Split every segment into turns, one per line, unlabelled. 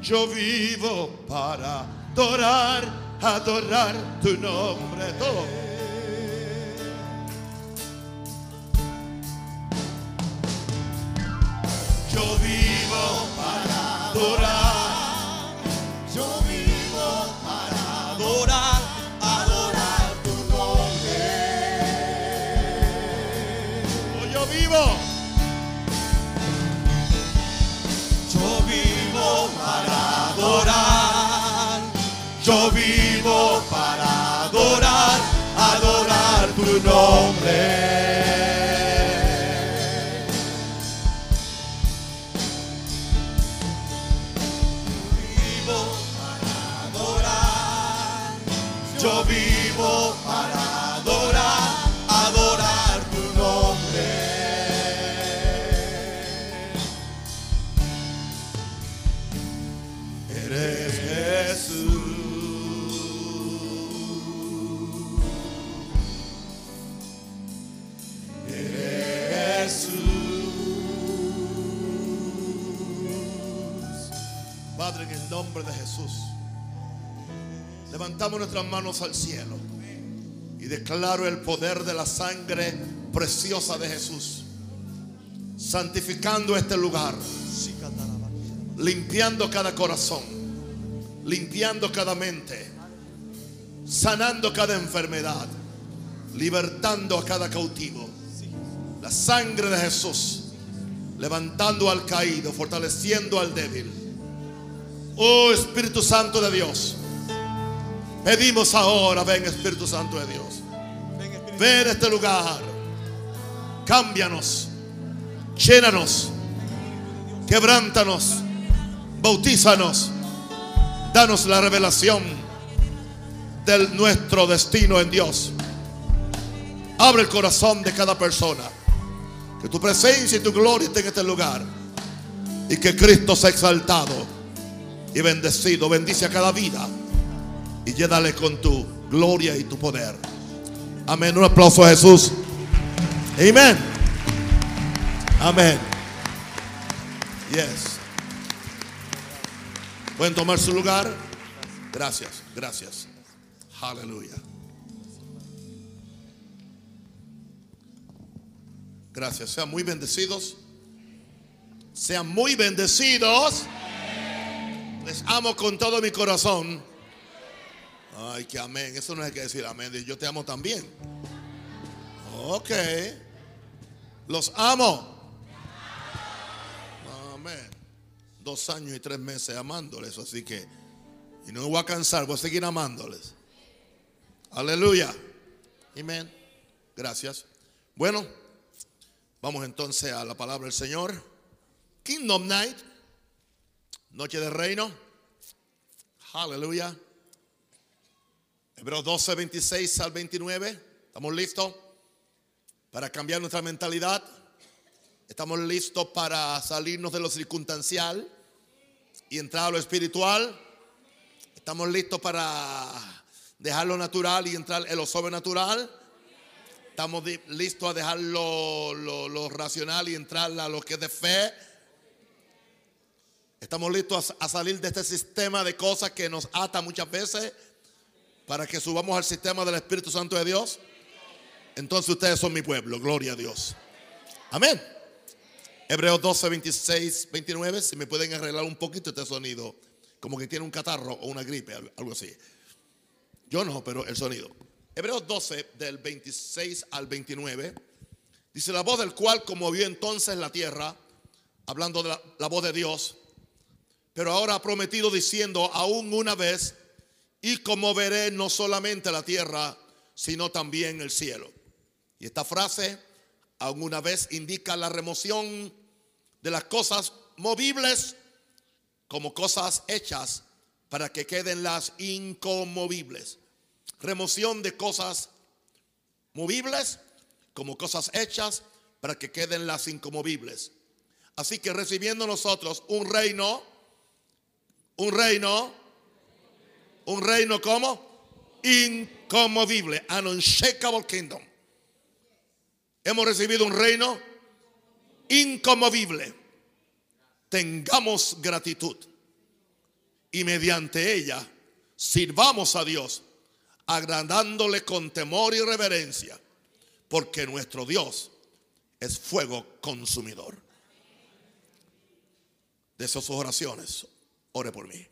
Yo vivo para adorar, adorar tu nombre. Todo. Yo vivo para adorar.
Yo vivo para adorar, adorar tu nombre.
Oh, yo vivo.
Yo vivo para adorar. Yo vivo para adorar, adorar tu nombre. Yo vivo para adorar, adorar tu nombre.
Eres Jesús. Eres Jesús. Padre, en el nombre de Jesús, levantamos nuestras manos al cielo y declaro el poder de la sangre preciosa de Jesús, santificando este lugar, limpiando cada corazón, limpiando cada mente, sanando cada enfermedad, libertando a cada cautivo. La sangre de Jesús, levantando al caído, fortaleciendo al débil. Oh Espíritu Santo de Dios, pedimos ahora, ven Espíritu Santo de Dios, ven a este lugar, cámbianos, llénanos, quebrántanos, bautízanos, danos la revelación de nuestro destino en Dios. Abre el corazón de cada persona, que tu presencia y tu gloria estén en este lugar, y que Cristo sea exaltado y bendecido. Bendice a cada vida y llénale con tu gloria y tu poder. Amén. Un aplauso a Jesús. Amén. Amén. Yes. Pueden tomar su lugar. Gracias, gracias. Aleluya. Gracias. Sean muy bendecidos. Sean muy bendecidos. Les amo con todo mi corazón. Ay, que amén. Eso no hay que decir amén. Yo te amo también. Ok. Los amo. Amén. 2 años y 3 meses amándoles. Así que, y no me voy a cansar, voy a seguir amándoles. Aleluya. Amén. Gracias. Bueno, vamos entonces a la palabra del Señor. Kingdom Night, noche de reino. Aleluya. Hebreos 12, 26 al 29. ¿Estamos listos para cambiar nuestra mentalidad? ¿Estamos listos para salirnos de lo circunstancial y entrar a lo espiritual? ¿Estamos listos para dejar lo natural y entrar en lo sobrenatural? ¿Estamos listos a dejar lo racional y entrar a lo que es de fe? ¿Estamos listos a salir de este sistema de cosas que nos ata muchas veces, para que subamos al sistema del Espíritu Santo de Dios? Entonces ustedes son mi pueblo, gloria a Dios. Amén. Hebreos 12, 26, 29. Si me pueden arreglar un poquito este sonido, como que tiene un catarro o una gripe, algo así. Yo no, pero el sonido. Hebreos 12, del 26 al 29. Dice: la voz del cual conmovió entonces la tierra, hablando de la voz de Dios, pero ahora ha prometido diciendo: aún una vez, y conmoveré no solamente la tierra, sino también el cielo. Y esta frase, aún una vez, indica la remoción de las cosas movibles como cosas hechas para que queden las inconmovibles. Remoción de cosas movibles como cosas hechas para que queden las inconmovibles. Así que recibiendo nosotros un reino como inconmovible, an unshakable kingdom. Hemos recibido un reino inconmovible. Tengamos gratitud. y mediante ella sirvamos a Dios, agradándole con temor y reverencia, porque nuestro Dios es fuego consumidor. De esas oraciones, ore por mí.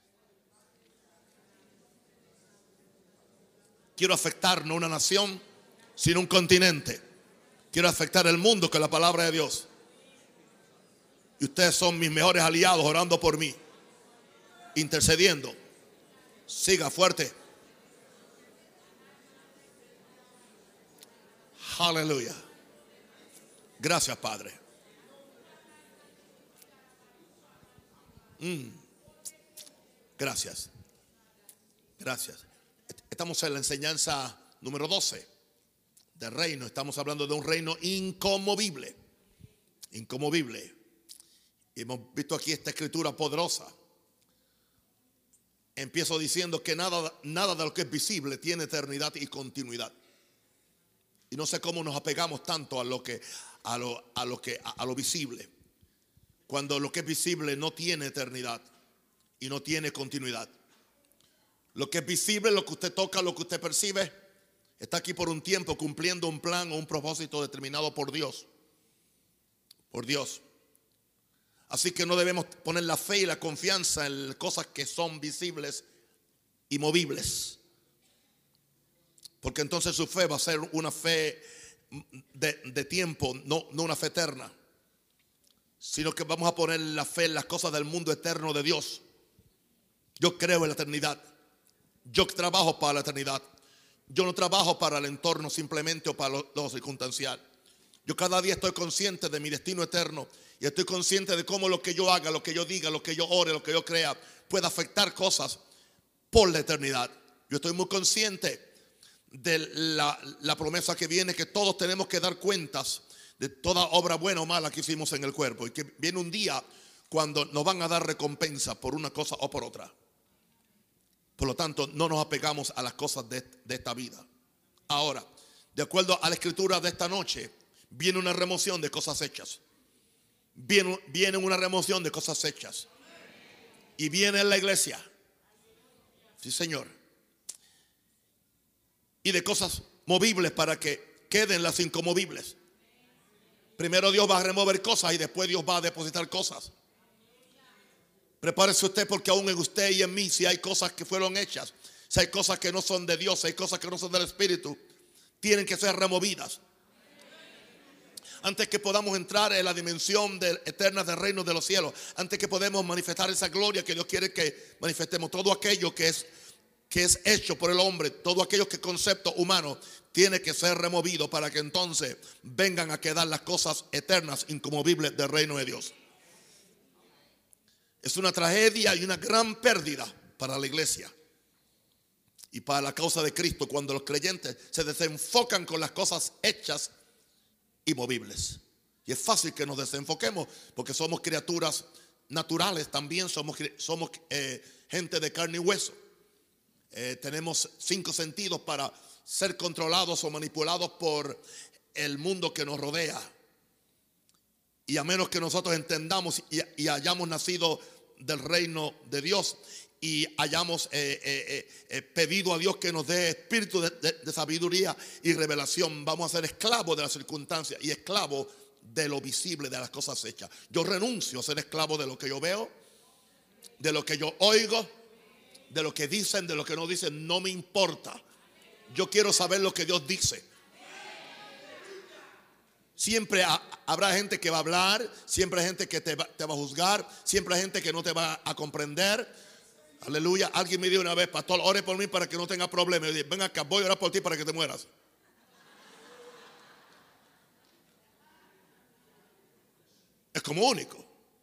Quiero afectar no una nación, sino un continente. Quiero afectar el mundo con la palabra de Dios. Y ustedes son mis mejores aliados orando por mí, intercediendo. Siga fuerte. Aleluya. Gracias, Padre. Gracias. Gracias. Estamos en la enseñanza número 12 del reino. Estamos hablando de un reino inconmovible. Inconmovible. Y hemos visto aquí esta escritura poderosa. Empiezo diciendo que nada de lo que es visible tiene eternidad y continuidad. Y no sé cómo nos apegamos tanto a lo visible, cuando lo que es visible no tiene eternidad y no tiene continuidad. Lo que es visible, lo que usted toca, lo que usted percibe, está aquí por un tiempo cumpliendo un plan o un propósito determinado por Dios. Por Dios. Así que no debemos poner la fe y la confianza en cosas que son visibles y movibles. Porque entonces su fe va a ser una fe de tiempo, no una fe eterna. Sino que vamos a poner la fe en las cosas del mundo eterno de Dios. Yo creo en la eternidad. Yo trabajo para la eternidad. Yo no trabajo para el entorno simplemente o para lo circunstancial. Yo cada día estoy consciente de mi destino eterno. Y estoy consciente de cómo lo que yo haga, lo que yo diga, lo que yo ore, lo que yo crea, puede afectar cosas por la eternidad. Yo estoy muy consciente de la promesa que viene, que todos tenemos que dar cuentas de toda obra buena o mala que hicimos en el cuerpo. Y que viene un día cuando nos van a dar recompensa por una cosa o por otra. Por lo tanto, no nos apegamos a las cosas de esta vida. Ahora, de acuerdo a la escritura de esta noche, viene una remoción de cosas hechas. Viene una remoción de cosas hechas. Y viene en la iglesia. Sí, Señor. Y de cosas movibles para que queden las inconmovibles. Primero Dios va a remover cosas y después Dios va a depositar cosas. Prepárese usted, porque aún en usted y en mí, si hay cosas que fueron hechas, si hay cosas que no son de Dios, si hay cosas que no son del Espíritu, tienen que ser removidas. Antes que podamos entrar en la dimensión eterna del reino de los cielos, antes que podamos manifestar esa gloria que Dios quiere que manifestemos, todo aquello que es hecho por el hombre, todo aquello que es concepto humano, tiene que ser removido para que entonces vengan a quedar las cosas eternas, inconmovibles del reino de Dios. Es una tragedia y una gran pérdida para la iglesia y para la causa de Cristo cuando los creyentes se desenfocan con las cosas hechas y movibles. Y es fácil que nos desenfoquemos porque somos criaturas naturales, también somos gente de carne y hueso. Tenemos 5 sentidos para ser controlados o manipulados por el mundo que nos rodea. Y a menos que nosotros entendamos y hayamos nacido del reino de Dios y hayamos pedido a Dios que nos dé espíritu de sabiduría y revelación, vamos a ser esclavos de las circunstancias y esclavos de lo visible, de las cosas hechas. Yo renuncio a ser esclavo de lo que yo veo, de lo que yo oigo, de lo que dicen, de lo que no dicen. No me importa. Yo quiero saber lo que Dios dice. Siempre habrá gente que va a hablar, siempre hay gente que te va a juzgar, siempre hay gente que no te va a comprender. Aleluya. Alguien me dijo una vez: pastor, ore por mí para que no tenga problemas. Yo dije: ven acá, voy a orar por ti para que te mueras. Es como único.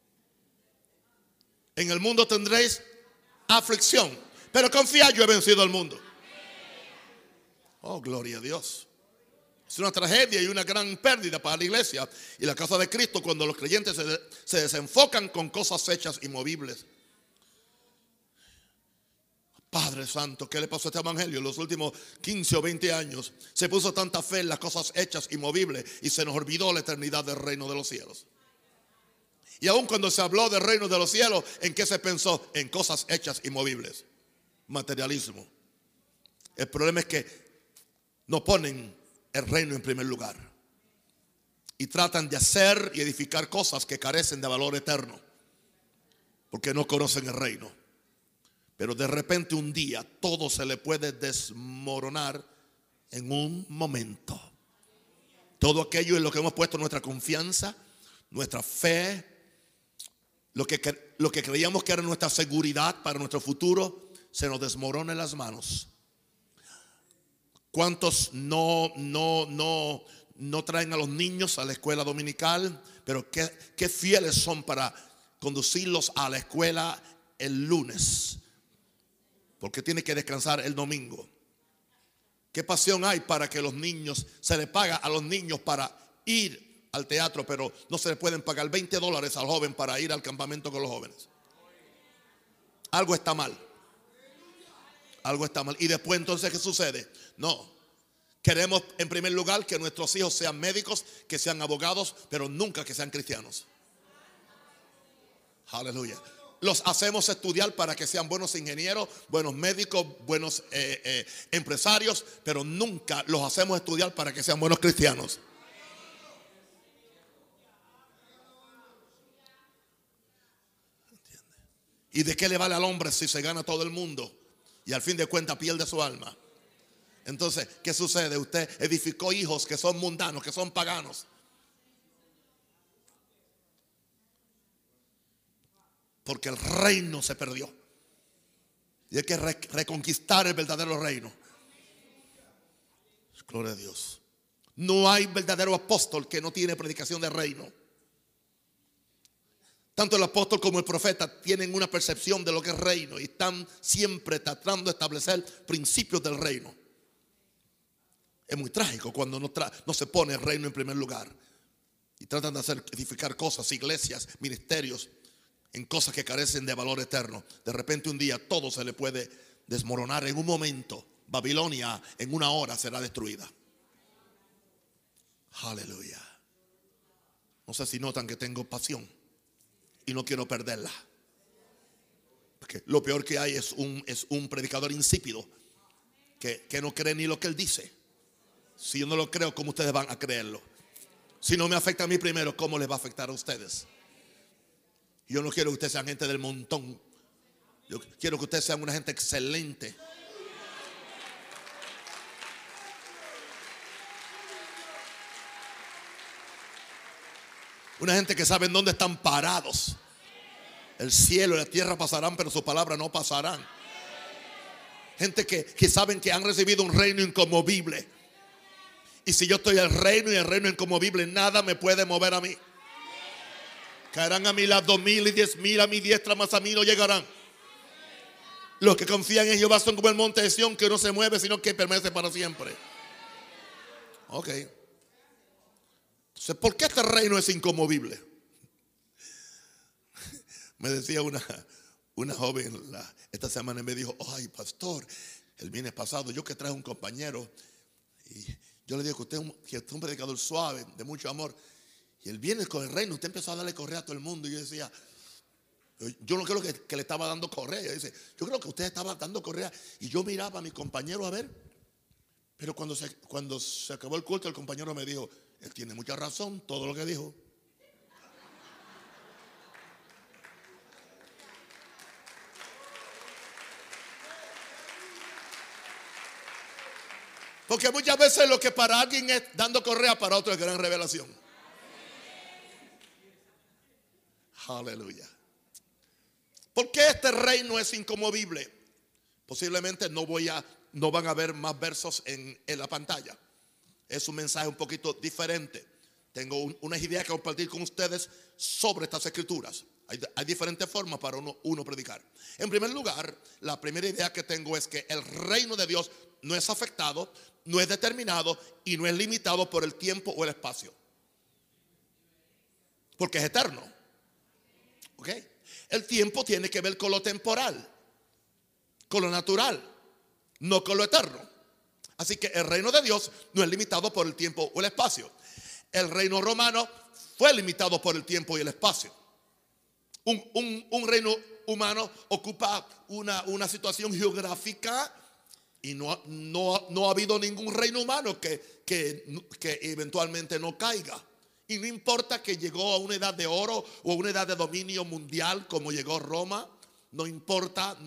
En el mundo tendréis aflicción, pero confía, yo he vencido al mundo. Oh, gloria a Dios. Es una tragedia y una gran pérdida para la iglesia y la casa de Cristo cuando los creyentes se desenfocan con cosas hechas y movibles. Padre Santo, ¿qué le pasó a este evangelio? En los últimos 15 o 20 años se puso tanta fe en las cosas hechas y movibles y se nos olvidó la eternidad del reino de los cielos. Y aun cuando se habló del reino de los cielos, ¿en qué se pensó? En cosas hechas y movibles. Materialismo. El problema es que no ponen el reino en primer lugar y tratan de hacer y edificar cosas que carecen de valor eterno, porque no conocen el reino. Pero de repente un día todo se le puede desmoronar en un momento. Todo aquello en lo que hemos puesto nuestra confianza, nuestra fe, lo que creíamos que era nuestra seguridad para nuestro futuro, se nos desmorona en las manos. ¿Cuántos no traen a los niños a la escuela dominical? Pero qué fieles son para conducirlos a la escuela el lunes, porque tiene que descansar el domingo. ¿Qué pasión hay para que los niños, se les paga a los niños para ir al teatro, pero no se les pueden pagar $20 al joven para ir al campamento con los jóvenes? Algo está mal. Algo está mal. Y después entonces, ¿qué sucede? No. Queremos en primer lugar que nuestros hijos sean médicos, que sean abogados, pero nunca que sean cristianos. Aleluya. Los hacemos estudiar para que sean buenos ingenieros, buenos médicos, buenos empresarios, pero nunca los hacemos estudiar para que sean buenos cristianos. ¿Y de qué le vale al hombre si se gana todo el mundo y al fin de cuentas pierde su alma? Entonces, ¿qué sucede? Usted edificó hijos que son mundanos, que son paganos. Porque el reino se perdió. Y hay que reconquistar el verdadero reino. Gloria a Dios. No hay verdadero apóstol que no tiene predicación de reino. Tanto el apóstol como el profeta tienen una percepción de lo que es reino y están siempre tratando de establecer principios del reino. Es muy trágico cuando no se pone el reino en primer lugar y tratan de edificar cosas, iglesias, ministerios, en cosas que carecen de valor eterno. De repente un día todo se le puede desmoronar en un momento. Babilonia en una hora será destruida. Aleluya. No sé si notan que tengo pasión y no quiero perderla. Porque lo peor que hay es un predicador insípido que no cree ni lo que él dice. Si yo no lo creo, ¿cómo ustedes van a creerlo? Si no me afecta a mí primero, ¿cómo les va a afectar a ustedes? Yo no quiero que ustedes sean gente del montón. Yo quiero que ustedes sean una gente excelente. Una gente que sabe en dónde están parados. El cielo y la tierra pasarán, pero su palabra no pasarán. Gente que saben que han recibido un reino inconmovible. Y si yo estoy en el reino y el reino inconmovible, nada me puede mover a mí. Caerán a mi lado 2,000 y 10,000 a mi diestra, mas a mí no llegarán. Los que confían en Jehová son como el monte de Sión, que no se mueve, sino que permanece para siempre. Ok. Entonces, ¿por qué este reino es inconmovible? Me decía una joven esta semana y me dijo: ay, pastor, el viernes pasado yo que traje un compañero y yo le digo que usted es un predicador suave, de mucho amor, y el viernes con el reino usted empezó a darle correa a todo el mundo. Y yo decía, yo no creo que le estaba dando correa. Yo decía, yo creo que usted estaba dando correa. Y yo miraba a mi compañero a ver. Pero cuando se acabó el culto, el compañero me dijo: él tiene mucha razón, todo lo que dijo. Porque muchas veces lo que para alguien es dando correa, para otro es gran revelación. Aleluya. ¿Por qué este reino es inconmovible? Posiblemente no van a ver más versos en la pantalla. Es un mensaje un poquito diferente. Tengo unas ideas que compartir con ustedes sobre estas escrituras. Hay diferentes formas para uno predicar. En primer lugar, la primera idea que tengo es que el reino de Dios no es afectado, no es determinado y no es limitado por el tiempo o el espacio. Porque es eterno. ¿Ok? El tiempo tiene que ver con lo temporal, con lo natural, no con lo eterno. Así que el reino de Dios no es limitado por el tiempo o el espacio. El reino romano fue limitado por el tiempo y el espacio. Un reino humano ocupa una situación geográfica y no ha habido ningún reino humano que eventualmente no caiga. Y no importa que llegó a una edad de oro o a una edad de dominio mundial como llegó Roma. No importa,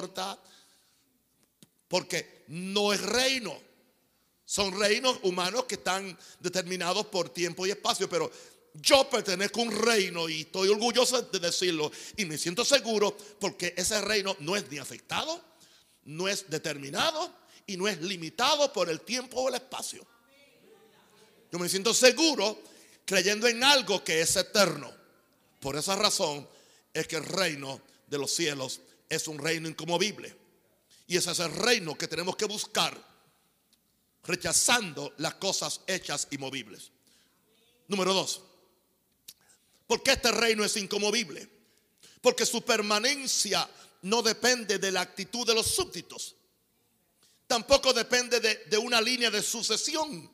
porque no es reino. Son reinos humanos que están determinados por tiempo y espacio. Pero yo pertenezco a un reino y estoy orgulloso de decirlo. Y me siento seguro porque ese reino no es ni afectado, no es determinado y no es limitado por el tiempo o el espacio. Yo me siento seguro creyendo en algo que es eterno. Por esa razón es que el reino de los cielos es un reino inconmovible. Y ese es el reino que tenemos que buscar, rechazando las cosas hechas y movibles. Número 2. ¿Por qué este reino es inconmovible? Porque su permanencia no depende de la actitud de los súbditos. Tampoco depende de una línea de sucesión.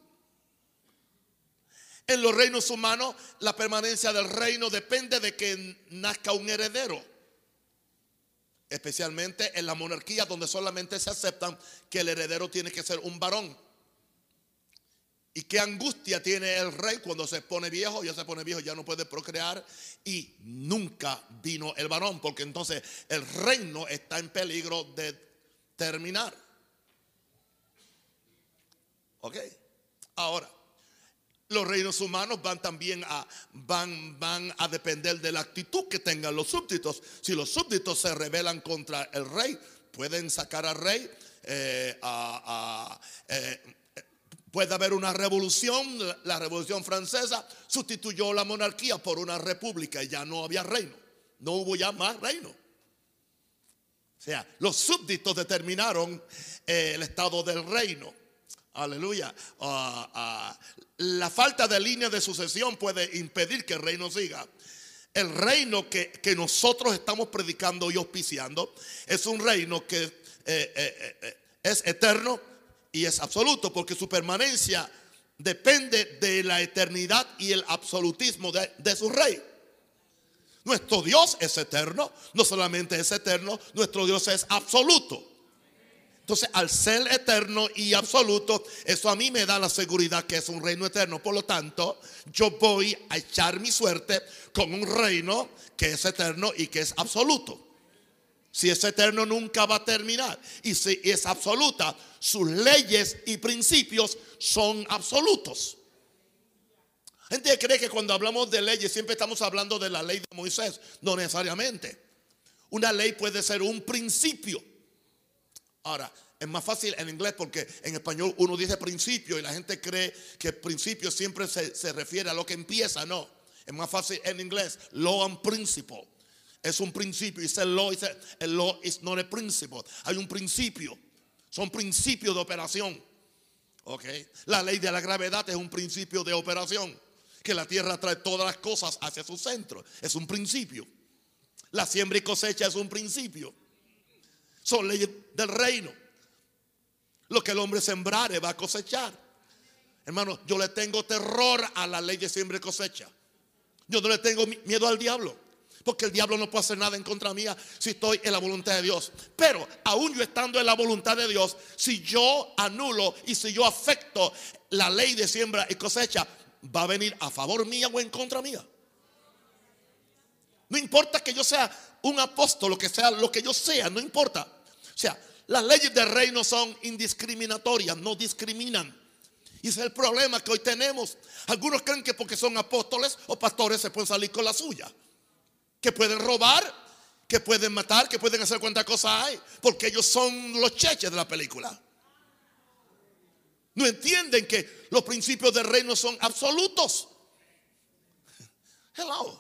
En los reinos humanos, la permanencia del reino depende de que nazca un heredero. Especialmente en la monarquía, donde solamente se aceptan que el heredero tiene que ser un varón. Y qué angustia tiene el rey cuando se pone viejo. Ya se pone viejo, ya no puede procrear. Y nunca vino el varón, porque entonces el reino está en peligro de terminar. Ok. Ahora, los reinos humanos van también van a depender de la actitud que tengan los súbditos. Si los súbditos se rebelan contra el rey, pueden sacar al rey. Puede haber una revolución. La revolución francesa sustituyó la monarquía por una república y ya no había reino. No hubo ya más reino. O sea, los súbditos determinaron el estado del reino. Aleluya. La falta de línea de sucesión puede impedir que el reino siga. El reino que nosotros estamos predicando y auspiciando es un reino que es eterno y es absoluto, porque su permanencia depende de la eternidad y el absolutismo de su rey. Nuestro Dios es eterno. No solamente es eterno, nuestro Dios es absoluto. Entonces, al ser eterno y absoluto, eso a mí me da la seguridad que es un reino eterno. Por lo tanto, yo voy a echar mi suerte con un reino que es eterno y que es absoluto. Si es eterno, nunca va a terminar. Y si es absoluta, sus leyes y principios son absolutos. Gente cree que cuando hablamos de leyes siempre estamos hablando de la ley de Moisés. No necesariamente. Una ley puede ser un principio. Ahora, es más fácil en inglés porque en español uno dice principio y la gente cree que principio siempre se refiere a lo que empieza. No, es más fácil en inglés. Law and principle. Es un principio. Y el law is not a principle. Hay un principio. Son principios de operación. Okay. La ley de la gravedad es un principio de operación. Que la tierra trae todas las cosas hacia su centro. Es un principio. La siembra y cosecha es un principio. Son leyes del reino. Lo que el hombre sembrare va a cosechar. Hermano, yo le tengo terror a la ley de siembra y cosecha. Yo no le tengo miedo al diablo, porque el diablo no puede hacer nada en contra mía si estoy en la voluntad de Dios. Pero aún yo estando en la voluntad de Dios, si yo anulo y si yo afecto la ley de siembra y cosecha, va a venir a favor mía o en contra mía. No importa que yo sea un apóstol, lo que sea, lo que yo sea, no importa. O sea, las leyes del reino son indiscriminatorias, no discriminan. Y ese es el problema que hoy tenemos. Algunos creen que porque son apóstoles o pastores se pueden salir con la suya. Que pueden robar, que pueden matar, que pueden hacer cuantas cosas hay. Porque ellos son los cheches de la película. No entienden que los principios del reino son absolutos. Hello.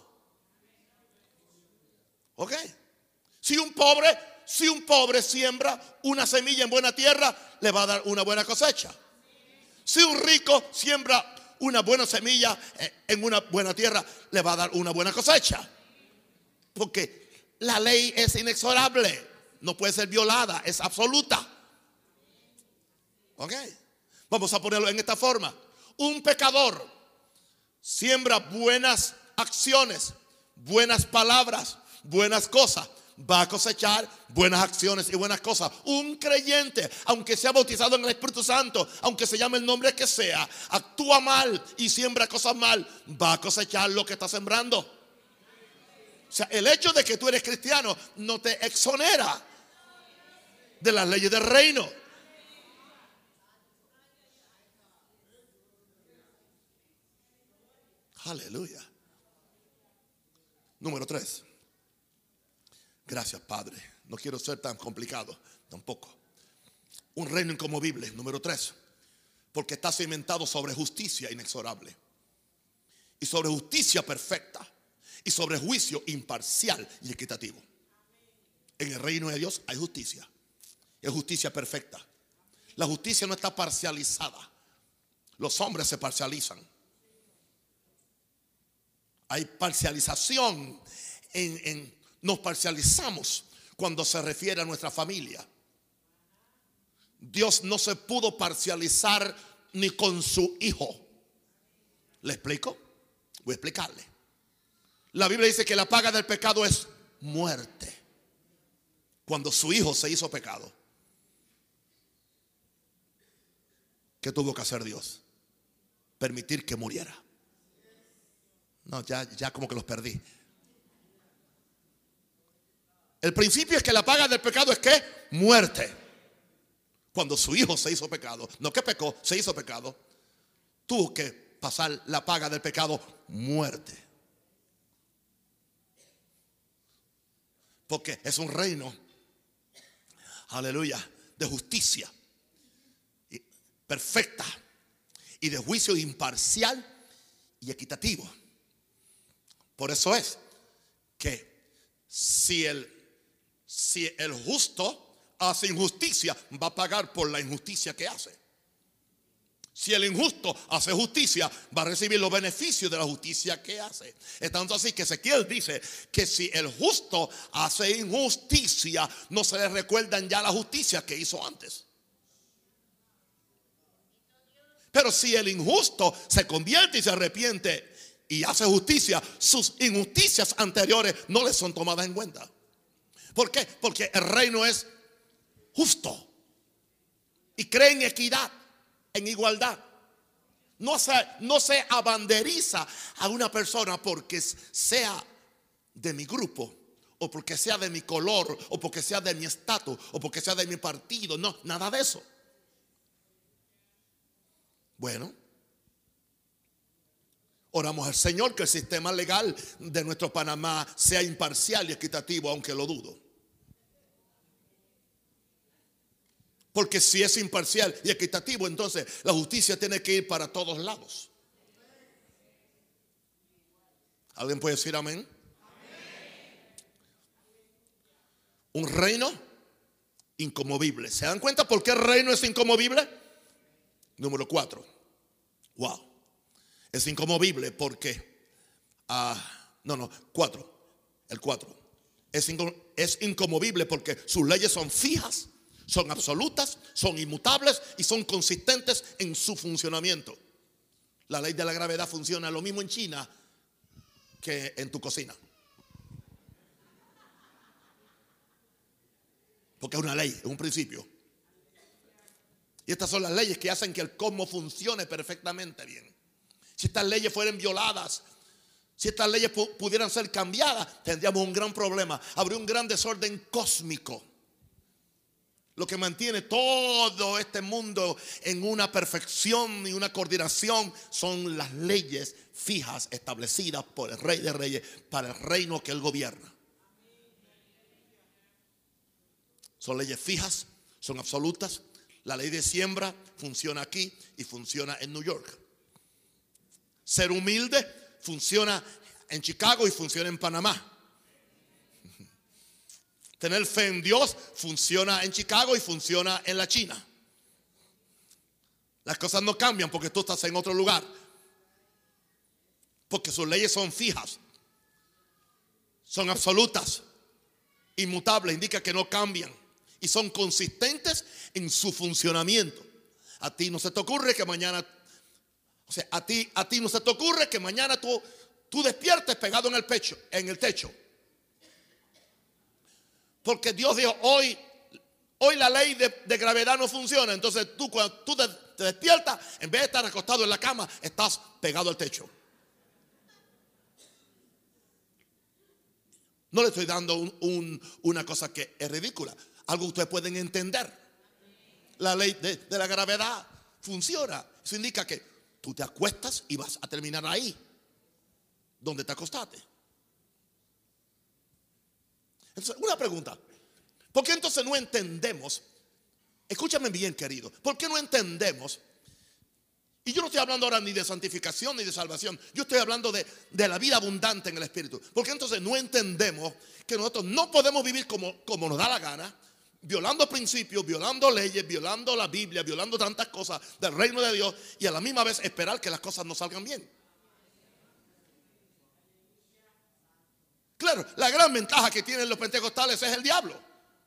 Ok. Si un pobre siembra una semilla en buena tierra, le va a dar una buena cosecha. Si un rico siembra una buena semilla en una buena tierra, le va a dar una buena cosecha. Porque la ley es inexorable, no puede ser violada, es absoluta. Ok. Vamos a ponerlo en esta forma. Un pecador siembra buenas acciones, buenas palabras, buenas cosas. Va a cosechar buenas acciones y buenas cosas. Un creyente, aunque sea bautizado en el Espíritu Santo, aunque se llame el nombre que sea, actúa mal y siembra cosas mal, va a cosechar lo que está sembrando. O sea, el hecho de que tú eres cristiano no te exonera de las leyes del reino. Aleluya. Número 3. Gracias, Padre. No quiero ser tan complicado tampoco. Un reino inconmovible. Número 3. Porque está cimentado sobre justicia inexorable. Y sobre justicia perfecta. Y sobre juicio imparcial y equitativo. En el reino de Dios hay justicia. Es justicia perfecta. La justicia no está parcializada. Los hombres se parcializan. Hay parcialización nos parcializamos cuando se refiere a nuestra familia. Dios no se pudo parcializar ni con su hijo. ¿Le explico? Voy a explicarle. La Biblia dice que la paga del pecado es muerte. Cuando su hijo se hizo pecado, ¿qué tuvo que hacer Dios? Permitir que muriera. No, ya como que los perdí. El principio es que la paga del pecado es ¿qué? Muerte. Cuando su hijo se hizo pecado, no que pecó, se hizo pecado, tuvo que pasar la paga del pecado, muerte. Porque es un reino, aleluya, de justicia perfecta y de juicio imparcial y equitativo. Por eso es que si el justo hace injusticia, va a pagar por la injusticia que hace. Si el injusto hace justicia, va a recibir los beneficios de la justicia que hace. Es tanto así que Ezequiel dice que si el justo hace injusticia, no se le recuerdan ya la justicia que hizo antes. Pero si el injusto se convierte y se arrepiente y hace justicia, sus injusticias anteriores no le son tomadas en cuenta. ¿Por qué? Porque el reino es justo y cree en equidad, en igualdad. No se abanderiza a una persona porque sea de mi grupo, o porque sea de mi color, o porque sea de mi estatus, o porque sea de mi partido. No, nada de eso. Bueno, oramos al Señor que el sistema legal de nuestro Panamá sea imparcial y equitativo, aunque lo dudo. Porque si es imparcial y equitativo, entonces la justicia tiene que ir para todos lados. ¿Alguien puede decir amén? Un reino inconmovible. ¿Se dan cuenta por qué el reino es inconmovible? Número 4. Wow. Es inconmovible porque 4. El 4. Es inconmovible porque sus leyes son fijas, son absolutas, son inmutables y son consistentes en su funcionamiento. La ley de la gravedad funciona lo mismo en China que en tu cocina. Porque es una ley, es un principio. Y estas son las leyes que hacen que el cosmos funcione perfectamente bien. Si estas leyes fueran violadas, si estas leyes pudieran ser cambiadas, tendríamos un gran problema. Habría un gran desorden cósmico. Lo que mantiene todo este mundo en una perfección y una coordinación son las leyes fijas establecidas por el Rey de Reyes para el reino que él gobierna. Son leyes fijas, son absolutas. La ley de siembra funciona aquí y funciona en New York. Ser humilde funciona en Chicago y funciona en Panamá. Tener fe en Dios funciona en Chicago y funciona en la China. Las cosas no cambian porque tú estás en otro lugar. Porque sus leyes son fijas, son absolutas, inmutables, indica que no cambian y son consistentes en su funcionamiento. A ti no se te ocurre que mañana, a ti no se te ocurre que mañana tú despiertes pegado en el techo. Porque Dios dijo, hoy la ley de gravedad no funciona. Entonces tú, cuando tú te despiertas, en vez de estar acostado en la cama, estás pegado al techo. No le estoy dando una cosa que es ridícula. Algo que ustedes pueden entender. La ley de la gravedad funciona. Eso indica que tú te acuestas y vas a terminar ahí donde te acostaste. Entonces, una pregunta. ¿Por qué entonces no entendemos? Escúchame bien, querido. ¿Por qué no entendemos? Y yo no estoy hablando ahora ni de santificación ni de salvación. Yo estoy hablando de la vida abundante en el Espíritu. ¿Por qué entonces no entendemos que nosotros no podemos vivir como nos da la gana, violando principios, violando leyes, violando la Biblia, violando tantas cosas del reino de Dios, y a la misma vez esperar que las cosas no salgan bien? Claro, la gran ventaja que tienen los pentecostales es el diablo.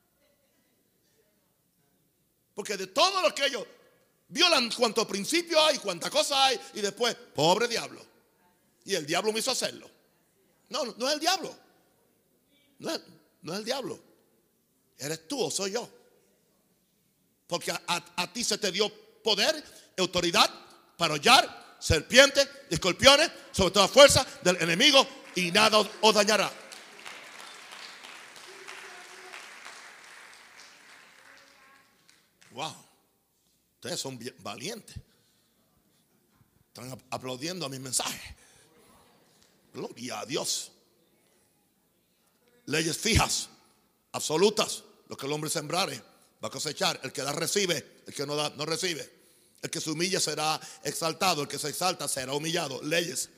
Porque de todo lo que ellos violan, cuánto principio hay, cuánta cosa hay, y después, pobre diablo. Y el diablo me hizo hacerlo. No es el diablo. No es el diablo. Eres tú o soy yo. Porque a ti se te dio poder, autoridad para hollar serpientes, escorpiones, sobre toda fuerza del enemigo, y nada os dañará. Wow. Ustedes son bien valientes. Están aplaudiendo a mi mensaje. Gloria a Dios. Leyes fijas, absolutas. Lo que el hombre sembrare va a cosechar. El que da recibe, el que no da no recibe. El que se humilla será exaltado, el que se exalta será humillado. Leyes.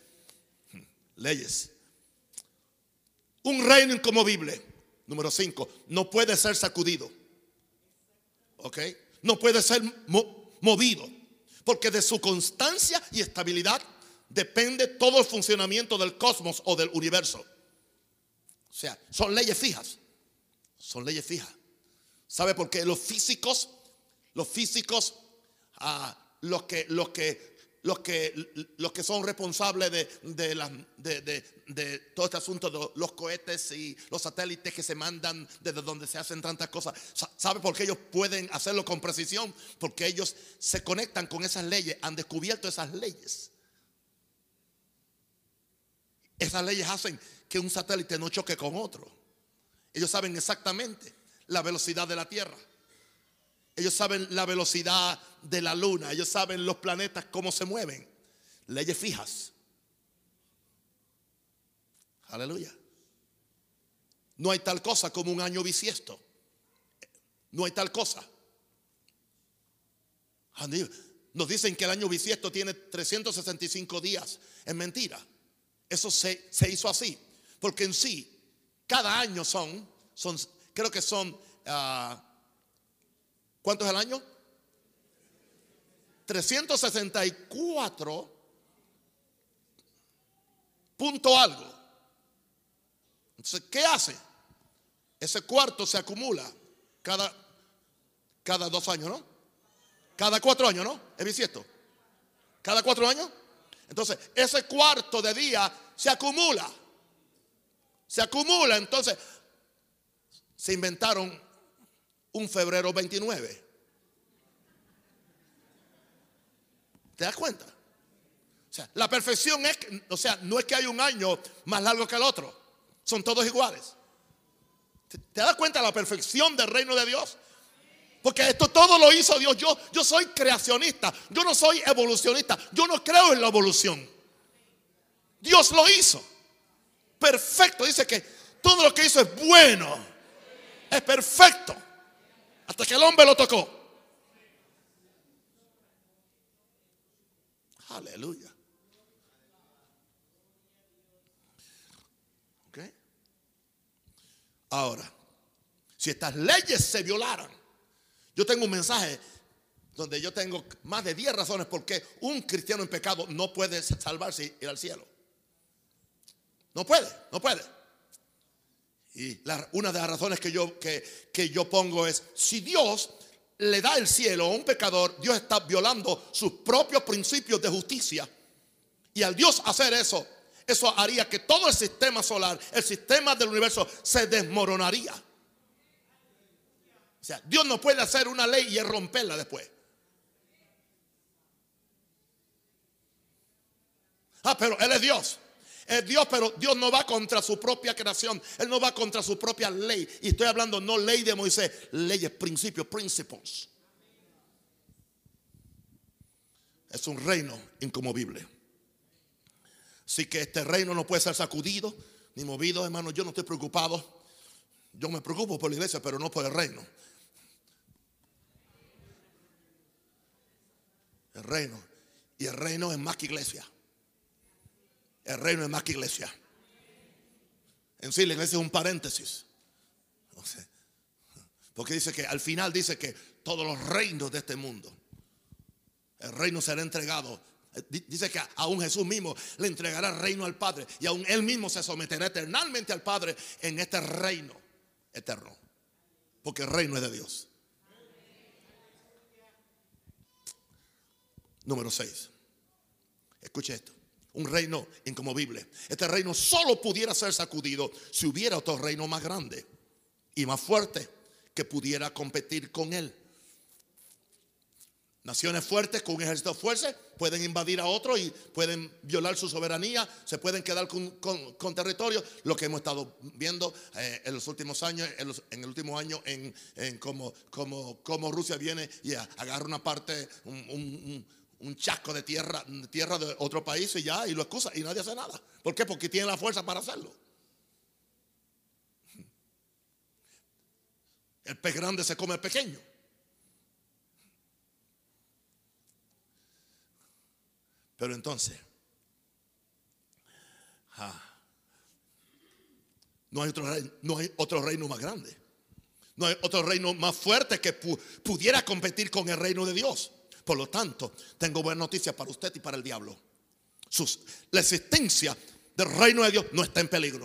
Un reino inconmovible, número 5, no puede ser sacudido. ¿Ok? No puede ser movido, porque de su constancia y estabilidad depende todo el funcionamiento del cosmos o del universo. O sea, son leyes fijas. Son leyes fijas. ¿Sabe por qué? Los físicos, los que son responsables de todo este asunto de los cohetes y los satélites que se mandan desde donde se hacen tantas cosas, ¿sabe por qué ellos pueden hacerlo con precisión? Porque ellos se conectan con esas leyes, han descubierto esas leyes. Esas leyes hacen que un satélite no choque con otro. Ellos saben exactamente la velocidad de la Tierra. Ellos saben la velocidad de la luna. Ellos saben los planetas cómo se mueven. Leyes fijas. Aleluya. No hay tal cosa como un año bisiesto. No hay tal cosa. Nos dicen que el año bisiesto tiene 365 días. Es mentira. Eso se hizo así. Porque en sí, cada año creo que son... ¿cuánto es el año? 364 punto algo. Entonces, ¿qué hace? Ese cuarto se acumula cada 2 años, ¿no? Cada 4 años, ¿no? ¿Es bisiesto? Cada 4 años. Entonces, ese cuarto de día se acumula. Entonces, se inventaron un febrero 29. ¿Te das cuenta? O sea, la perfección es, no es que hay un año más largo que el otro. Son todos iguales. ¿Te das cuenta de la perfección del reino de Dios? Porque esto todo lo hizo Dios. Yo soy creacionista. Yo no soy evolucionista. Yo no creo en la evolución. Dios lo hizo. Perfecto. Dice que todo lo que hizo es bueno. Es perfecto. Hasta que el hombre lo tocó. Aleluya. ¿Ok? Ahora, si estas leyes se violaran, yo tengo un mensaje donde yo tengo más de 10 razones por qué un cristiano en pecado no puede salvarse y ir al cielo. No puede. Y una de las razones que yo pongo es: si Dios le da el cielo a un pecador, Dios está violando sus propios principios de justicia. Y al Dios hacer eso haría que todo el sistema solar, el sistema del universo, se desmoronaría. O sea, Dios no puede hacer una ley y es romperla después. Pero Él es Dios. Es Dios, pero Dios no va contra su propia creación. Él no va contra su propia ley. Y estoy hablando no ley de Moisés, leyes, principios, principles. Es un reino inconmovible. Así que este reino no puede ser sacudido ni movido, hermano. Yo no estoy preocupado. Yo me preocupo por la iglesia, pero no por el reino. El reino. Y el reino es más que iglesia. El reino es más que iglesia. En sí, la iglesia es un paréntesis. Porque dice que al final dice que todos los reinos de este mundo, el reino será entregado. Dice que aún Jesús mismo le entregará el reino al Padre. Y aún Él mismo se someterá eternamente al Padre en este reino eterno. Porque el reino es de Dios. Número 6. Escuche esto. Un reino inconmovible. Este reino solo pudiera ser sacudido si hubiera otro reino más grande y más fuerte que pudiera competir con él. Naciones fuertes con un ejército fuerte pueden invadir a otro y pueden violar su soberanía, se pueden quedar con territorio. Lo que hemos estado viendo en los últimos años, en el último año, en cómo Rusia viene y agarra una parte, un chasco de tierra de otro país y ya, y lo excusa y nadie hace nada. ¿Por qué? Porque tiene la fuerza para hacerlo. El pez grande se come el pequeño. Pero entonces, no hay otro reino más grande. No hay otro reino más fuerte que pudiera competir con el reino de Dios. Por lo tanto, tengo buenas noticias para usted y para el diablo. La existencia del reino de Dios no está en peligro.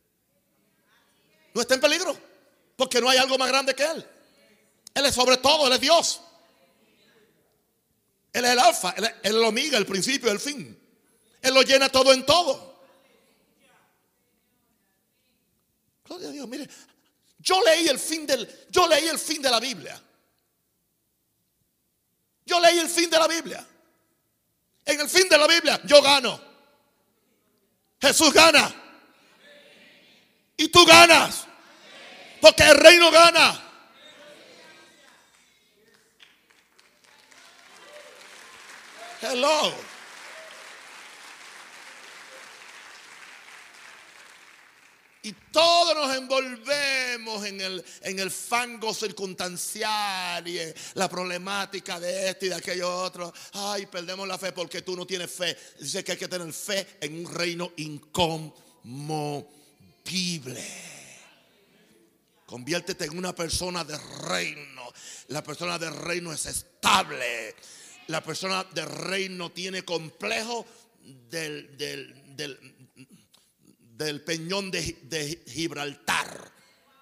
No está en peligro, porque no hay algo más grande que Él. Él es sobre todo, Él es Dios. Él es el alfa, Él es el omega, el principio y el fin. Él lo llena todo en todo. Gloria a Dios. Mire, yo leí el fin de la Biblia. Yo leí el fin de la Biblia. En el fin de la Biblia yo gano. Jesús gana. Y tú ganas. Porque el reino gana. Hello. Y todos nos envolvemos en el fango circunstancial y la problemática de este y de aquello otro. Ay, perdemos la fe porque tú no tienes fe. Dice que hay que tener fe en un reino inconmovible. Conviértete en una persona de reino. La persona de reino es estable. La persona de reino tiene complejo del peñón de Gibraltar.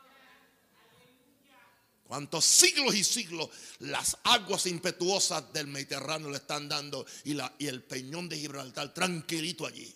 Cuántos siglos y siglos las aguas impetuosas del Mediterráneo le están dando y el peñón de Gibraltar tranquilito allí.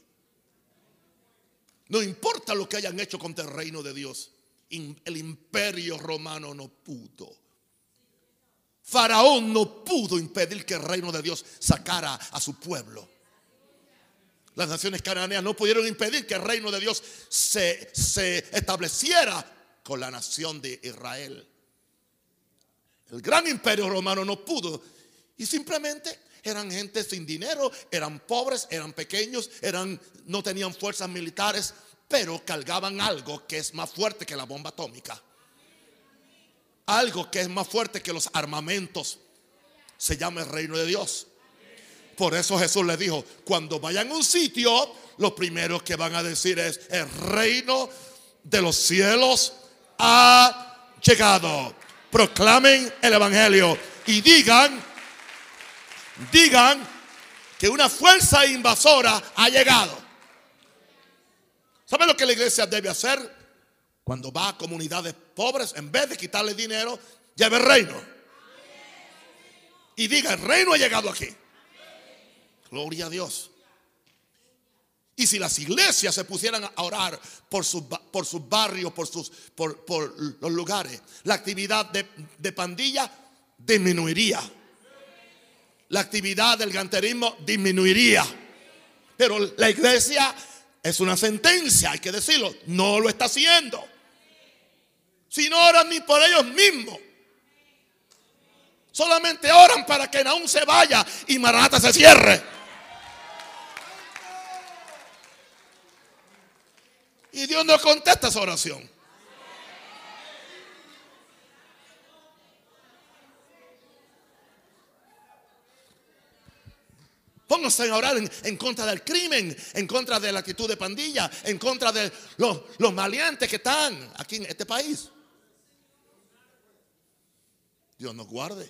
No importa lo que hayan hecho contra el reino de Dios, el imperio romano no pudo. Faraón no pudo impedir que el reino de Dios sacara a su pueblo. Las naciones cananeas no pudieron impedir que el reino de Dios se estableciera con la nación de Israel. El gran imperio romano no pudo. Y simplemente eran gente sin dinero, eran pobres, eran pequeños, no tenían fuerzas militares, pero cargaban algo que es más fuerte que la bomba atómica. Algo que es más fuerte que los armamentos. Se llama el reino de Dios. Por eso Jesús les dijo: cuando vayan a un sitio, lo primero que van a decir es: el reino de los cielos ha llegado. Proclamen el evangelio y digan que una fuerza invasora ha llegado. ¿Saben lo que la iglesia debe hacer? Cuando va a comunidades pobres, en vez de quitarle dinero, lleve el reino. Y diga: el reino ha llegado aquí. Gloria a Dios. Y si las iglesias se pusieran a orar por sus barrios, por los lugares, la actividad de pandilla disminuiría. La actividad del ganterismo disminuiría. Pero la iglesia, es una sentencia, hay que decirlo, no lo está haciendo. Si no oran ni por ellos mismos, solamente oran para que Nahum se vaya y Maranata se cierre. Y Dios no contesta esa oración. Pónganse a orar en contra del crimen, en contra de la actitud de pandilla, en contra de los maleantes que están aquí en este país. Dios nos guarde.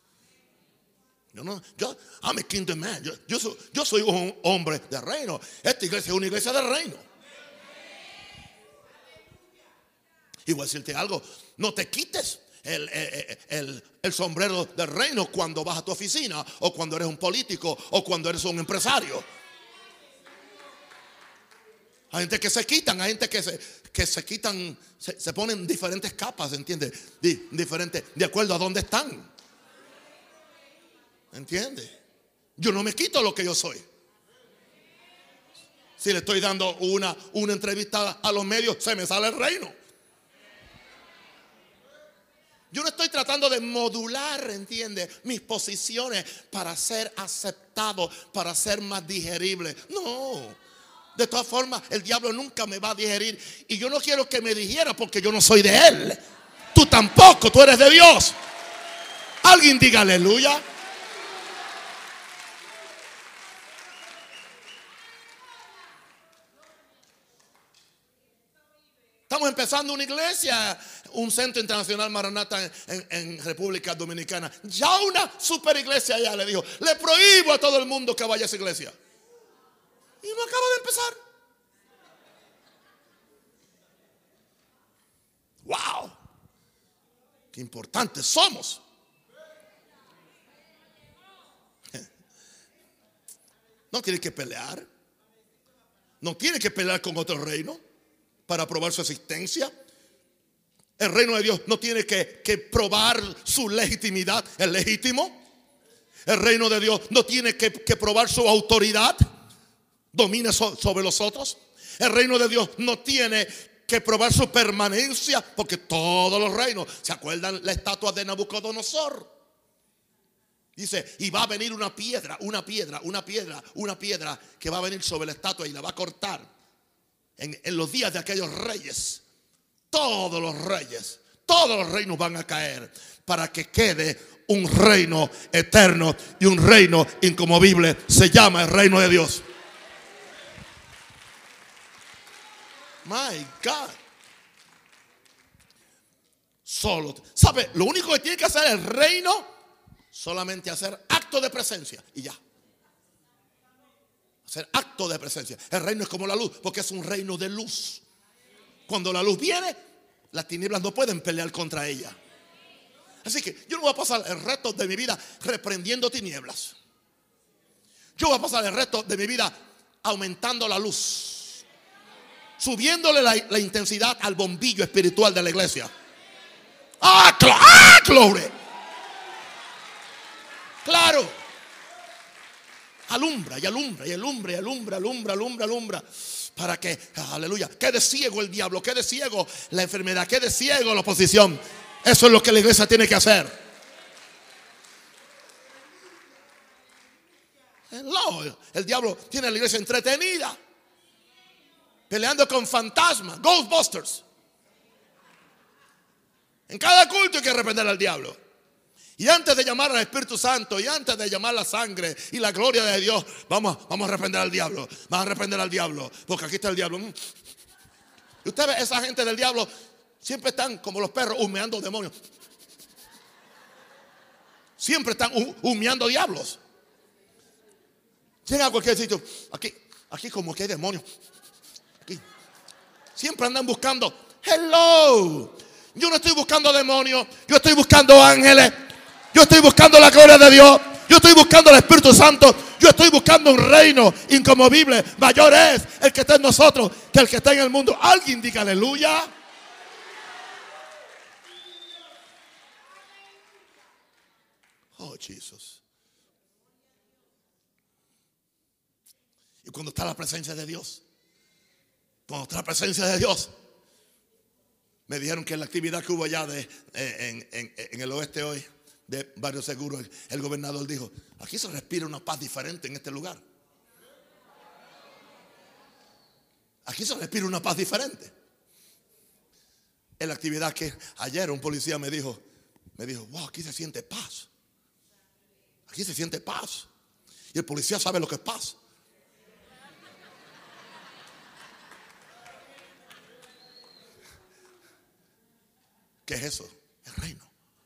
I'm a kingdom man. Yo soy un hombre de reino. Esta iglesia es una iglesia de reino. Y voy a decirte algo, no te quites el sombrero del reino cuando vas a tu oficina, o cuando eres un político, o cuando eres un empresario. Hay gente que se quitan, hay gente que se quitan, se ponen diferentes capas, ¿entiendes? Diferentes, de acuerdo a dónde están. ¿Entiendes? Yo no me quito lo que yo soy. Si le estoy dando una entrevista a los medios, se me sale el reino. Yo no estoy tratando de modular, ¿entiendes?, mis posiciones para ser aceptado, para ser más digerible. No. De todas formas, el diablo nunca me va a digerir. Y yo no quiero que me digiera porque yo no soy de él. Tú tampoco, tú eres de Dios. Alguien diga aleluya. Estamos empezando una iglesia, un centro internacional Maranata en República Dominicana. Ya una super iglesia allá le dijo, le prohíbo a todo el mundo que vaya a esa iglesia. Y no acaba de empezar. ¡Wow! ¡Qué importantes somos! No tiene que pelear. No tiene que pelear con otro reino para probar su existencia. El reino de Dios no tiene que probar su legitimidad. Es legítimo. El reino de Dios no tiene que probar su autoridad. Domina sobre los otros. El reino de Dios no tiene que probar su permanencia, porque todos los reinos, ¿se acuerdan la estatua de Nabucodonosor? Dice, y va a venir una piedra que va a venir sobre la estatua y la va a cortar. En los días de aquellos reyes, todos los reinos van a caer para que quede un reino eterno y un reino inconmovible. Se llama el reino de Dios. My God. Solo, ¿sabe? Lo único que tiene que hacer el reino, solamente hacer acto de presencia y ya. Hacer acto de presencia. El reino es como la luz, porque es un reino de luz. Cuando la luz viene, las tinieblas no pueden pelear contra ella. Así que yo no voy a pasar el resto de mi vida reprendiendo tinieblas. Yo voy a pasar el resto de mi vida aumentando la luz, subiéndole la intensidad al bombillo espiritual de la iglesia. Gloria. Claro. Alumbra y alumbra y alumbra y alumbra. Para que, aleluya, quede ciego el diablo, quede ciego la enfermedad, quede ciego la oposición. Eso es lo que la iglesia tiene que hacer. El diablo tiene a la iglesia entretenida, peleando con fantasmas, Ghostbusters. En cada culto hay que reprender al diablo. Y antes de llamar al Espíritu Santo, y antes de llamar la sangre y la gloria de Dios, vamos a reprender al diablo. Vamos a reprender al diablo, porque aquí está el diablo. Y usted ve, esa gente del diablo siempre están como los perros humeando demonios. Siempre están humeando diablos. Llega a cualquier sitio, aquí como que hay demonios. Aquí. Siempre andan buscando. Hello. Yo no estoy buscando demonios, yo estoy buscando ángeles. Yo estoy buscando la gloria de Dios. Yo estoy buscando el Espíritu Santo. Yo estoy buscando un reino inconmovible. Mayor es el que está en nosotros que el que está en el mundo. Alguien diga aleluya. Oh, Jesús. Y cuando está la presencia de Dios, me dijeron que en la actividad que hubo allá en el oeste hoy, de Barrio Seguro, el gobernador dijo: aquí se respira una paz diferente en este lugar. Aquí se respira una paz diferente. En la actividad que ayer un policía me dijo, wow, aquí se siente paz. Aquí se siente paz. Y el policía sabe lo que es paz. ¿Qué es eso? El reino.